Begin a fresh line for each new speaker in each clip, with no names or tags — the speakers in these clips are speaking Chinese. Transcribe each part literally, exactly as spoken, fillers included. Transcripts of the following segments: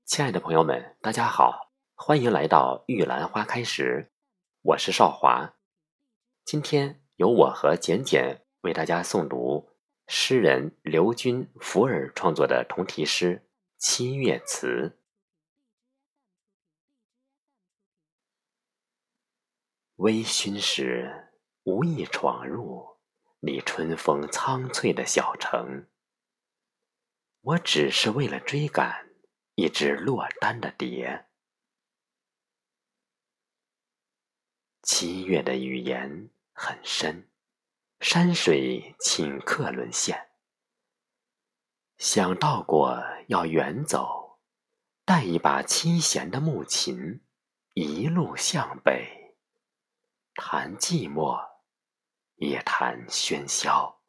亲爱的朋友们，大家好，欢迎来到玉兰花开时，我是少华。今天由我和简简为大家诵读诗人刘君福尔创作的同题诗《七月词》。微醺时，无意闯入你春风苍翠的小城，我只是为了追赶一只落单的蝶。七月的语言很深，山水顷刻沦陷。想到过要远走，带一把七弦的木琴，一路向北，弹寂寞，也弹喧嚣。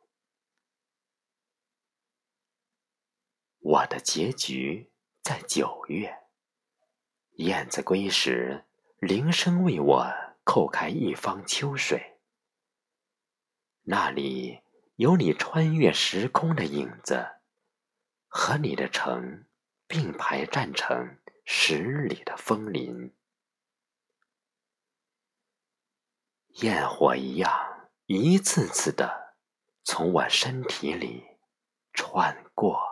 我的结局在九月，燕子归时，铃声为我叩开一方秋水。那里有你穿越时空的影子，和你的城并排站成十里的枫林。焰火一样，一次次地从我身体里穿过。